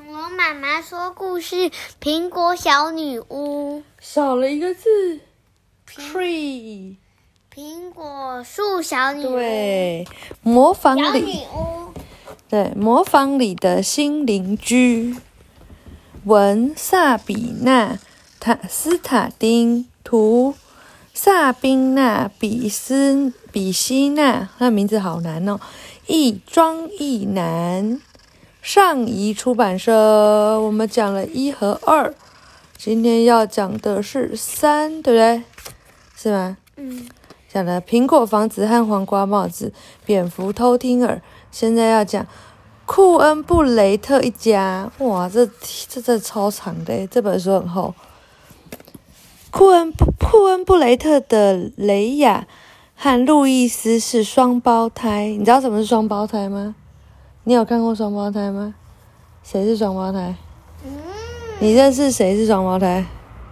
我妈妈说故事《苹果小女巫》 少了一个字 ，tree。 苹果树小女巫。 对，模仿小女里， 巫。 对，模仿里的新邻居。文萨比纳塔斯塔丁，图萨宾娜比希纳，他的名字好难哦。译庄译南，上译出版社。我们讲了1和2，今天要讲的是3，对不对？是吗？讲了苹果房子和黄瓜帽子，蝙蝠偷听耳。现在要讲库恩布雷特一家。哇，这真的超长的，这本书很厚。库恩布雷特的雷亚和路易斯是双胞胎。你知道什么是双胞胎吗？你有看过双胞胎吗？谁是双胞胎？你认识谁是双胞胎？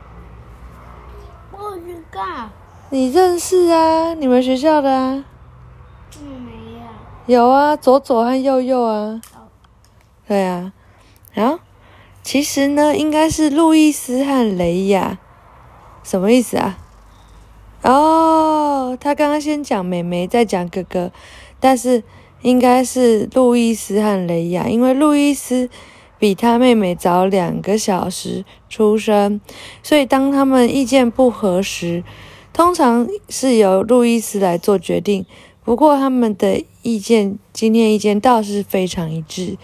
我知道。 你认识啊？你们学校的啊？ 没有。 有啊，左和右啊。对啊。好，其实呢，应该是路易斯和雷亚。什么意思啊？哦，他刚刚先讲妹妹，再讲哥哥，但是应该是路易斯和雷亚，因为路易斯比他妹妹早2个小时出生，所以当他们意见不合时，通常是由路易斯来做决定。不过他们的今天意见倒是非常一致。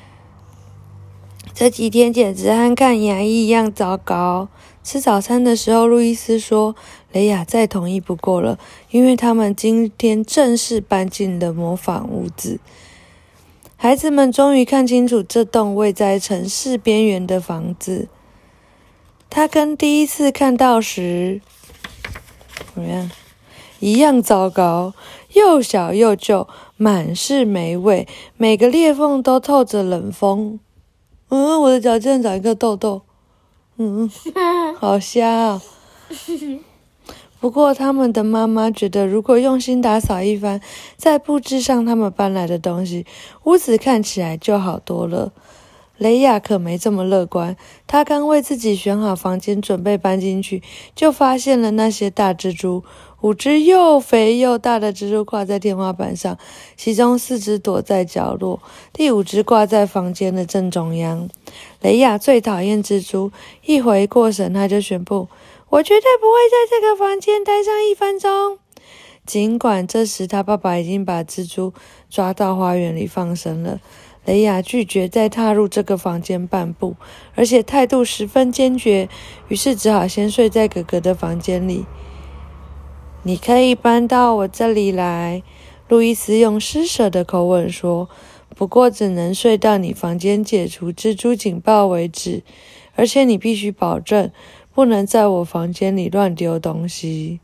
这几天简直和看牙医一样糟糕。吃早餐的时候，路易斯说雷亚再同意不过了，因为他们今天正式搬进了模仿屋子。孩子们终于看清楚这栋位在城市边缘的房子。它跟第一次看到时怎么样？一样糟糕，又小又旧，满是霉味，每个裂缝都透着冷风。我的脚竟然长一个痘痘。好瞎哦。不过他们的妈妈觉得，如果用心打扫一番，再布置上他们搬来的东西，屋子看起来就好多了。雷亚可没这么乐观，她刚为自己选好房间，准备搬进去，就发现了那些大蜘蛛。5只又肥又大的蜘蛛挂在天花板上，其中4只躲在角落，第5只挂在房间的正中央。雷亚最讨厌蜘蛛，一回过神，他就宣布：“我绝对不会在这个房间待上1分钟。”尽管这时他爸爸已经把蜘蛛抓到花园里放生了，雷亚拒绝再踏入这个房间半步，而且态度十分坚决，于是只好先睡在哥哥的房间里。你可以搬到我这里来，路易斯用施舍的口吻说，不过只能睡到你房间解除蜘蛛警报为止，而且你必须保证不能在我房间里乱丢东西。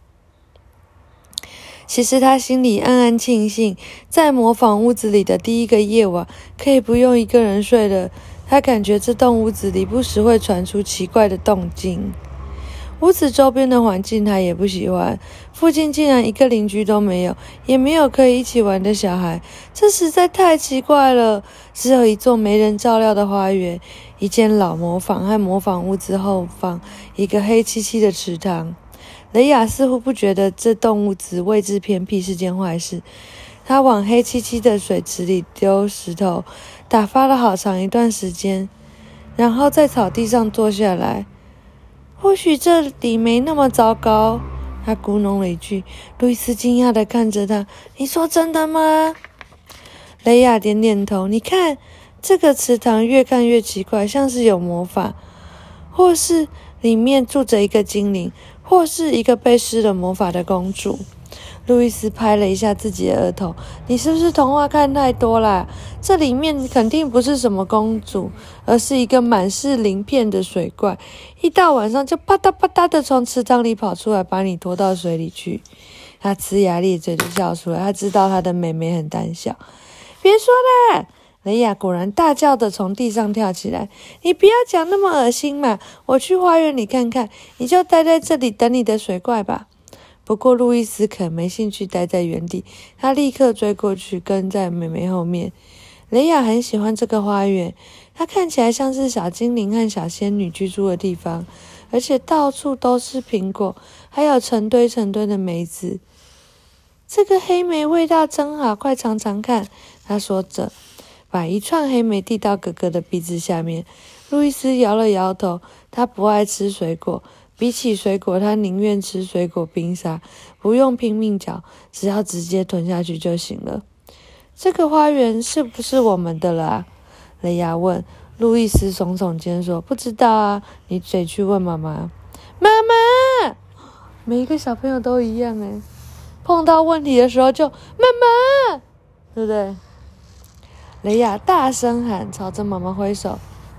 其实他心里暗暗庆幸，在模仿屋子里的第一个夜晚可以不用一个人睡了。他感觉这栋屋子里不时会传出奇怪的动静。屋子周边的环境他也不喜欢，附近竟然一个邻居都没有，也没有可以一起玩的小孩，这实在太奇怪了。只有一座没人照料的花园，一间老磨坊和磨坊屋子后方一个黑漆漆的池塘。雷亚似乎不觉得这栋屋子位置偏僻是件坏事，他往黑漆漆的水池里丢石头，打发了好长一段时间，然后在草地上坐下来。或许这里没那么糟糕，他咕哝了一句。路易斯惊讶地看着他，你说真的吗？雷亚点点头。你看，这个池塘越看越奇怪，像是有魔法，或是里面住着一个精灵，或是一个被施了魔法的公主。路易斯拍了一下自己的额头，你是不是童话看太多啦？这里面肯定不是什么公主，而是一个满是鳞片的水怪，一到晚上就啪嗒啪嗒的从池塘里跑出来，把你拖到水里去。他呲牙咧嘴的笑出来，他知道他的妹妹很胆小。别说了，雷亚果然大叫的从地上跳起来，你不要讲那么恶心嘛，我去花园里看看，你就待在这里等你的水怪吧。不过路易斯可没兴趣待在原地，他立刻追过去，跟在妹妹后面。 雷亚很喜欢这个花园，它看起来像是小精灵和小仙女居住的地方，而且到处都是苹果，还有成堆成堆的梅子。这个黑莓味道真好，快尝尝看，他说着，把一串黑莓递到哥哥的鼻子下面。路易斯摇了摇头，他不爱吃水果，比起水果，他宁愿吃水果冰沙，不用拼命嚼，只要直接吞下去就行了。这个花园是不是我们的了啊？雷亚问。路易斯耸耸肩说，不知道啊，你得去问妈妈。妈妈！每一个小朋友都一样诶，碰到问题的时候就妈妈，对不对？雷亚大声喊，朝着妈妈挥手。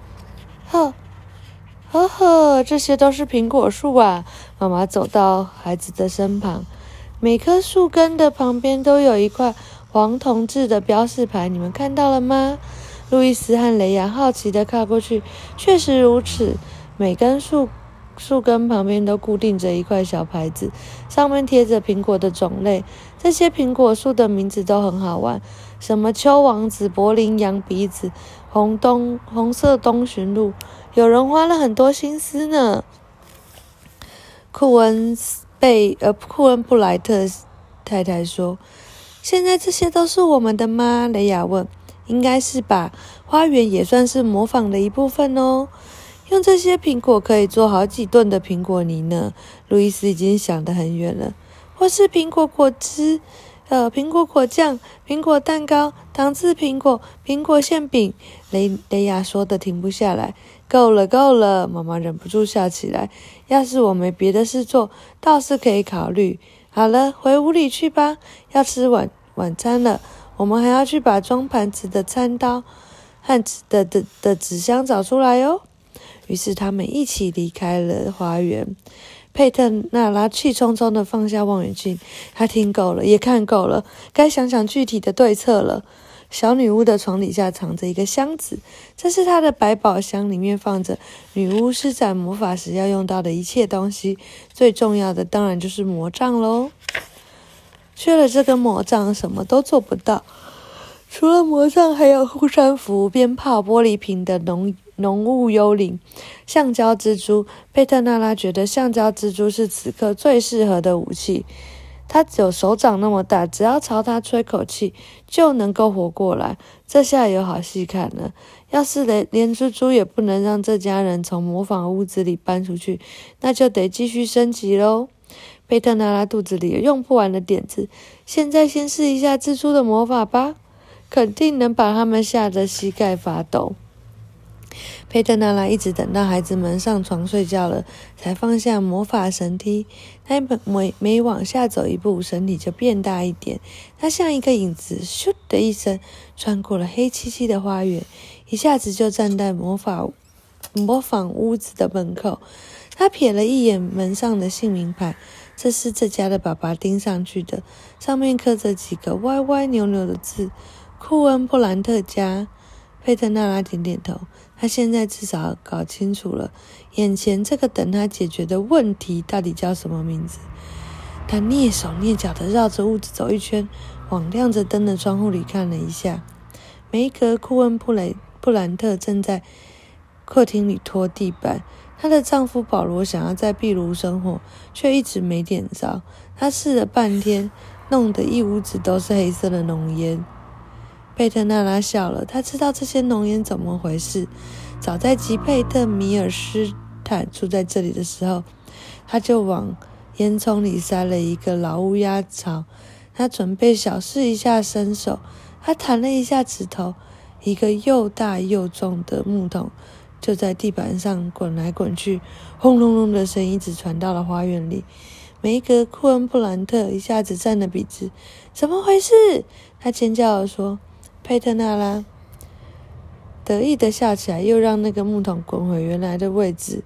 呵呵，这些都是苹果树啊！妈妈走到孩子的身旁，每棵树根的旁边都有一块黄铜制的标示牌，你们看到了吗？路易斯和雷亚好奇地靠过去，确实如此，每根树根旁边都固定着一块小牌子，上面贴着苹果的种类。这些苹果树的名字都很好玩，什么秋王子、柏林羊鼻子、红色东驯鹿，有人花了很多心思呢。库恩布莱特太太说：“现在这些都是我们的吗？”雷亚问。应该是吧，花园也算是模仿的一部分哦。用这些苹果可以做好几顿的苹果泥呢。路易斯已经想得很远了，或是苹果果汁、苹果果酱、苹果蛋糕、糖渍苹果、苹果馅饼。雷亚说的停不下来。够了，妈妈忍不住笑起来。要是我没别的事做，倒是可以考虑。好了，回屋里去吧，要吃晚餐了。我们还要去把装盘子的餐刀和纸箱找出来哦。于是他们一起离开了花园。佩特纳拉气冲冲地放下望远镜，他听够了，也看够了，该想想具体的对策了。小女巫的床底下藏着一个箱子，这是她的百宝箱，里面放着女巫施展魔法时要用到的一切东西，最重要的当然就是魔杖咯。缺了这个魔杖，什么都做不到。除了魔杖，还有护身符、鞭炮、玻璃瓶的浓雾幽灵、橡胶蜘蛛。佩特纳拉觉得橡胶蜘蛛是此刻最适合的武器。它只有手掌那么大，只要朝它吹口气，就能够活过来。这下有好戏看了。要是连蜘蛛也不能让这家人从模仿屋子里搬出去，那就得继续升级咯。佩特纳拉肚子里有用不完的点子，现在先试一下蜘蛛的魔法吧，肯定能把他们吓得膝盖发抖。佩特纳拉一直等到孩子们上床睡觉了，才放下魔法绳梯。他每往下走一步，身体就变大一点。他像一个影子，咻的一声穿过了黑漆漆的花园，一下子就站在模仿屋子的门口。他瞥了一眼门上的姓名牌，这是这家的爸爸钉上去的，上面刻着几个歪歪扭扭的字：库恩布兰特家。佩特纳拉点点头，他现在至少搞清楚了眼前这个等他解决的问题到底叫什么名字。他蹑手蹑脚地绕着屋子走一圈，往亮着灯的窗户里看了一下。梅格·库恩布兰特正在客厅里拖地板，她的丈夫保罗想要在壁炉生火，却一直没点着。他试了半天，弄得一屋子都是黑色的浓烟。佩特纳拉笑了，他知道这些浓烟怎么回事。早在吉佩特·米尔斯坦住在这里的时候，他就往烟囱里塞了一个老乌鸦巢。他准备小试一下身手，他弹了一下指头，一个又大又重的木桶就在地板上滚来滚去，轰隆隆的声音一直传到了花园里。梅格·库恩布兰特一下子站了笔直，怎么回事？他尖叫地说。佩特纳拉得意地笑起来，又让那个木桶滚回原来的位置。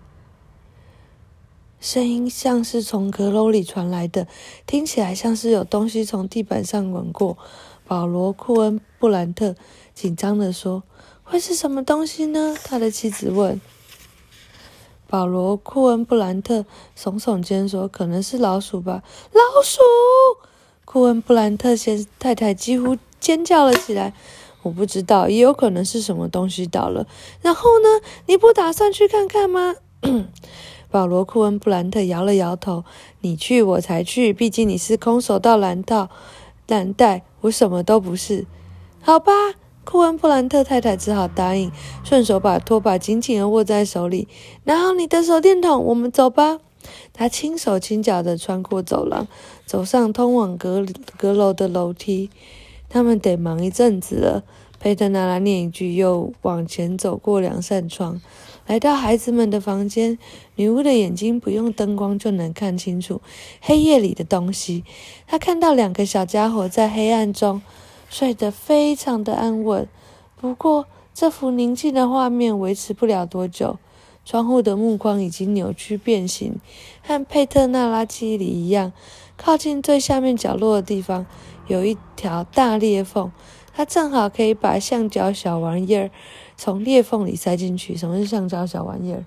声音像是从阁楼里传来的，听起来像是有东西从地板上滚过。保罗·库恩布兰特紧张地说：“会是什么东西呢？”他的妻子问。保罗·库恩布兰特耸耸肩说：“可能是老鼠吧。”老鼠！库恩布兰特太太几乎尖叫了起来。 我不知道，也有可能是什么东西倒了。然后呢？你不打算去看看吗？保罗·库恩布兰特摇了摇头。你去我才去，毕竟你是空手道蓝带，我什么都不是。好吧，库恩布兰特太太只好答应，顺手把拖把紧紧地握在手里。拿好你的手电筒，我们走吧。他轻手轻脚地穿过走廊，走上通往阁楼的楼梯。他们得忙一阵子了。佩特纳拉念一句，又往前走过2扇窗，来到孩子们的房间。女巫的眼睛不用灯光就能看清楚黑夜里的东西。她看到2个小家伙在黑暗中睡得非常的安稳。不过这幅宁静的画面维持不了多久。窗户的木框已经扭曲变形，和佩特纳拉记忆里一样。靠近最下面角落的地方有一条大裂缝，它正好可以把橡胶小玩意儿从裂缝里塞进去。什么是橡胶小玩意儿？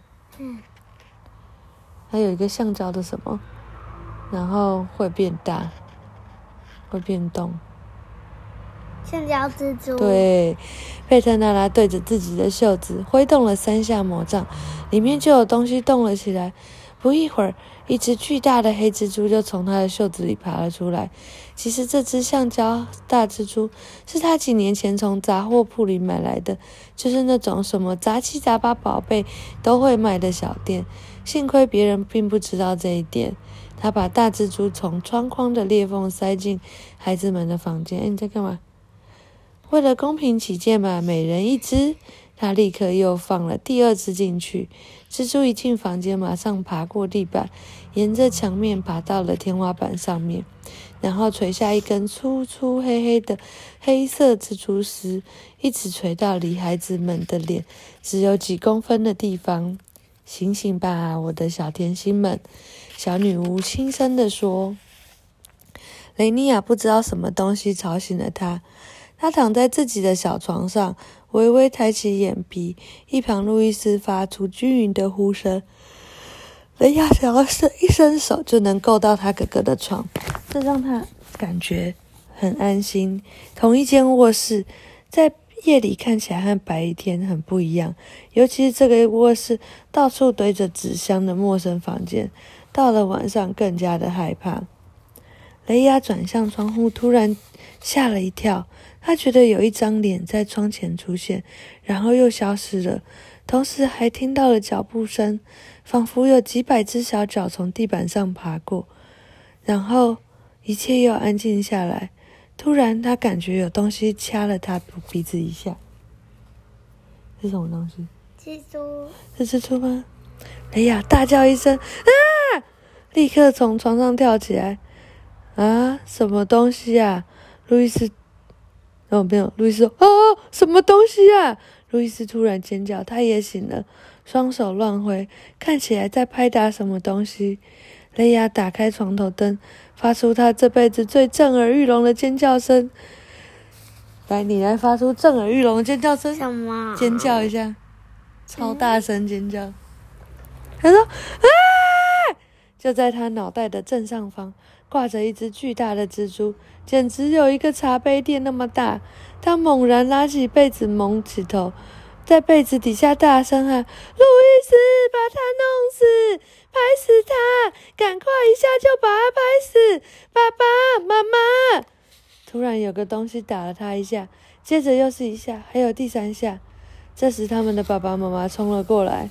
还有一个橡胶的什么，然后会变大，会变动。 橡胶蜘蛛。 对，佩特纳拉对着自己的袖子挥动了3下魔杖，里面就有东西动了起来。不一会儿，一只巨大的黑蜘蛛就从他的袖子里爬了出来。其实这只橡胶大蜘蛛是他几年前从杂货铺里买来的，就是那种什么杂七杂八宝贝都会卖的小店。幸亏别人并不知道这一点。他把大蜘蛛从窗框的裂缝塞进孩子们的房间。你在干嘛？为了公平起见嘛，每人一只。他立刻又放了第2只进去。蜘蛛一进房间，马上爬过地板，沿着墙面爬到了天花板上面，然后垂下一根粗粗黑黑的黑色蜘蛛丝，一直垂到离孩子们的脸只有几公分的地方。醒醒吧，我的小甜心们，小女巫轻声地说。雷尼亚不知道什么东西吵醒了她。他躺在自己的小床上，微微抬起眼皮，一旁路易斯发出均匀的呼声。雷亚想要一伸手就能够到他哥哥的床，这让他感觉很安心。同一间卧室，在夜里看起来和白天很不一样，尤其是这个卧室到处堆着纸箱的陌生房间，到了晚上更加的害怕。雷亚转向窗户，突然吓了一跳。他觉得有一张脸在窗前出现，然后又消失了，同时还听到了脚步声，仿佛有几百只小脚从地板上爬过。然后一切又安静下来。突然他感觉有东西掐了他鼻子一下。是什么东西？ 蜘蛛。 是蜘蛛吗？雷亚大叫一声，啊！立刻从床上跳起来。啊，什么东西啊？路易斯没有，路易斯说：“哦，什么东西啊？”路易斯突然尖叫，他也醒了，双手乱挥，看起来在拍打什么东西。雷亚打开床头灯，发出他这辈子最震耳欲聋的尖叫声。来，你来发出震耳欲聋的尖叫声。 什么？ 尖叫一下，超大声尖叫。他说：“啊！”就在他脑袋的正上方，挂着一只巨大的蜘蛛，简直有一个茶杯垫那么大。他猛然拉起被子，蒙起头，在被子底下大声喊：“路易斯，把他弄死，拍死他！赶快一下就把他拍死！爸爸妈妈！”突然有个东西打了他一下，接着又是一下，还有第3下。这时他们的爸爸妈妈冲了过来。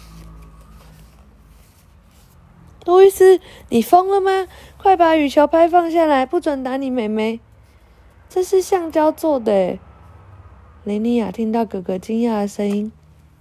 路易斯，你疯了吗？快把羽球拍放下来，不准打你妹妹。这是橡胶做的耶。雷尼亚听到哥哥惊讶的声音，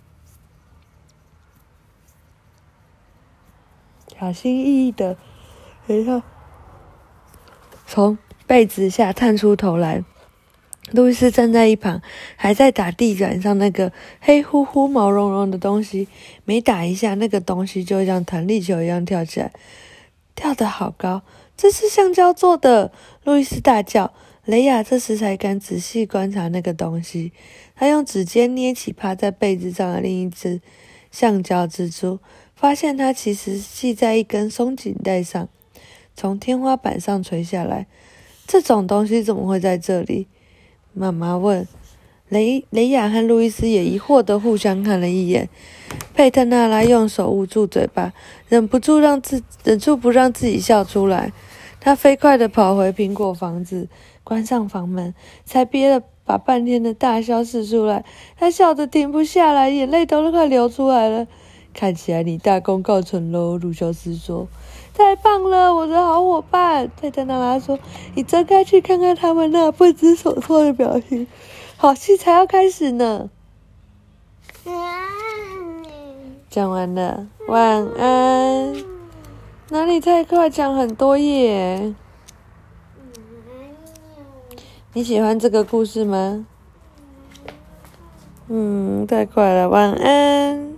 小心翼翼的，然后从被子下探出头来。路易斯站在一旁，还在打地板上那个黑乎乎毛茸茸的东西，每打一下，那个东西就像弹力球一样跳起来，跳得好高。这是橡胶做的！路易斯大叫。雷亚这时才敢仔细观察那个东西，他用指尖捏起趴在被子上的另一只橡胶蜘蛛，发现它其实系在一根松紧带上，从天花板上垂下来。这种东西怎么会在这里？妈妈问。 雷亚和路易斯也疑惑地互相看了一眼。佩特纳拉用手捂住嘴巴，忍住不让自己笑出来。他飞快地跑回苹果房子，关上房门，才憋了把半天的大笑使出来。他笑得停不下来，眼泪都快流出来了。看起来你大功告成喽，鲁修斯说。太棒了，我的好伙伴！佩特纳拉说。你真该去看看他们那不知所措的表情。好戏才要开始呢。讲完了，晚安。哪里太快，讲很多页。你喜欢这个故事吗？太快了，晚安。